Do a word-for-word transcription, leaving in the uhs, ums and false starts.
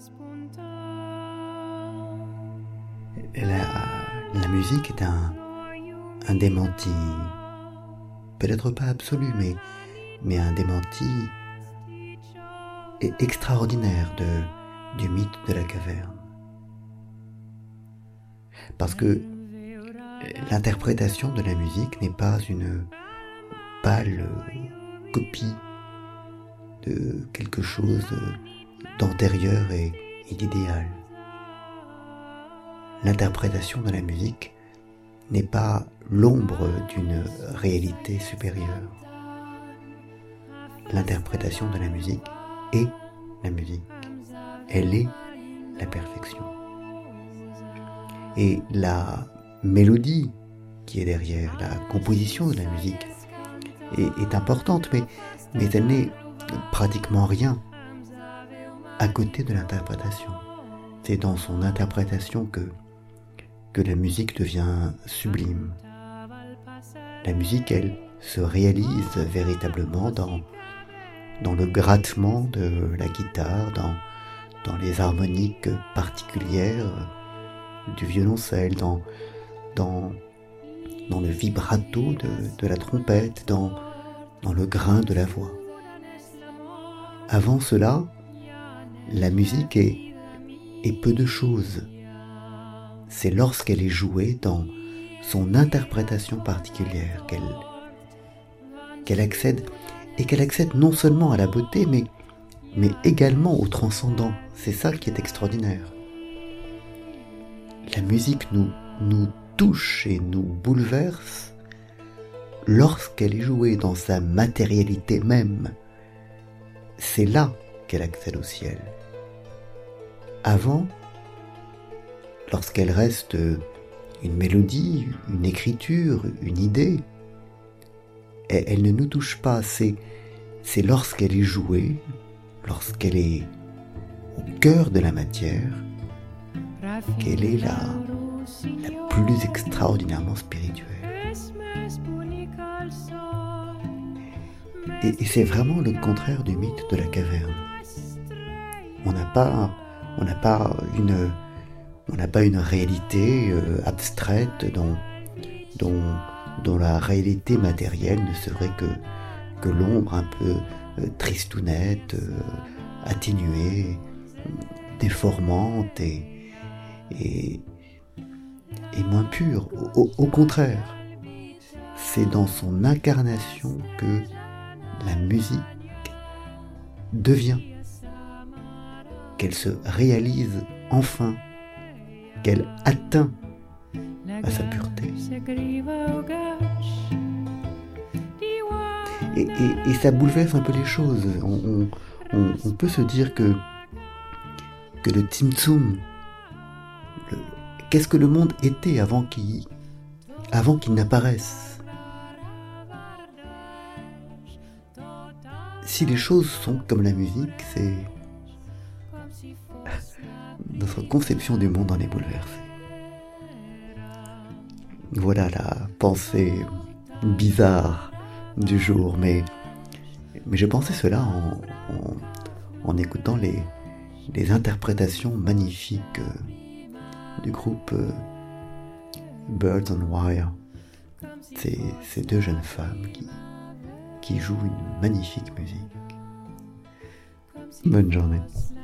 La, la musique est un, un démenti, peut-être pas absolu, mais, mais un démenti extraordinaire de, du mythe de la caverne. Parce que l'interprétation de la musique n'est pas une pâle copie de quelque chose d'antérieur et, et d'idéal. L'interprétation de la musique n'est pas l'ombre d'une réalité supérieure. L'interprétation de la musique est la musique. Elle est la perfection. Et la mélodie qui est derrière, la composition de la musique est, est importante, mais, mais elle n'est pratiquement rien à côté de l'interprétation. C'est dans son interprétation que que la musique devient sublime. La musique, elle, se réalise véritablement dans, dans le grattement de la guitare, dans, dans les harmoniques particulières du violoncelle, dans, dans, dans le vibrato de, de la trompette, dans, dans le grain de la voix. Avant cela, la musique est, est peu de choses. C'est lorsqu'elle est jouée dans son interprétation particulière qu'elle, qu'elle accède, et qu'elle accède non seulement à la beauté, mais, mais également au transcendant. C'est ça qui est extraordinaire. La musique nous, nous touche et nous bouleverse lorsqu'elle est jouée dans sa matérialité même. C'est là qu'elle accède au ciel. Avant, lorsqu'elle reste une mélodie, une écriture, une idée, elle, elle ne nous touche pas. C'est, c'est lorsqu'elle est jouée, lorsqu'elle est au cœur de la matière, qu'elle est la, la plus extraordinairement spirituelle. Et, et c'est vraiment le contraire du mythe de la caverne. On n'a pas, on n'a pas une On n'a pas une réalité euh, abstraite dont, dont, dont la réalité matérielle ne serait que, que l'ombre un peu euh, tristounette, euh, atténuée, déformante et, et, et moins pure. Au, au contraire, c'est dans son incarnation que la musique devient, qu'elle se réalise enfin, qu'elle atteint à sa pureté. Et, et, et ça bouleverse un peu les choses. On, on, on peut se dire que, que le Tzimtzum, le, qu'est-ce que le monde était avant qu'il, avant qu'il n'apparaisse? Si les choses sont comme la musique, c'est... notre conception du monde en est bouleversée. Voilà la pensée bizarre du jour, mais, mais j'ai pensé cela en, en, en écoutant les, les interprétations magnifiques du groupe Birds on Wire. C'est ces deux jeunes femmes qui, qui jouent une magnifique musique. Bonne journée.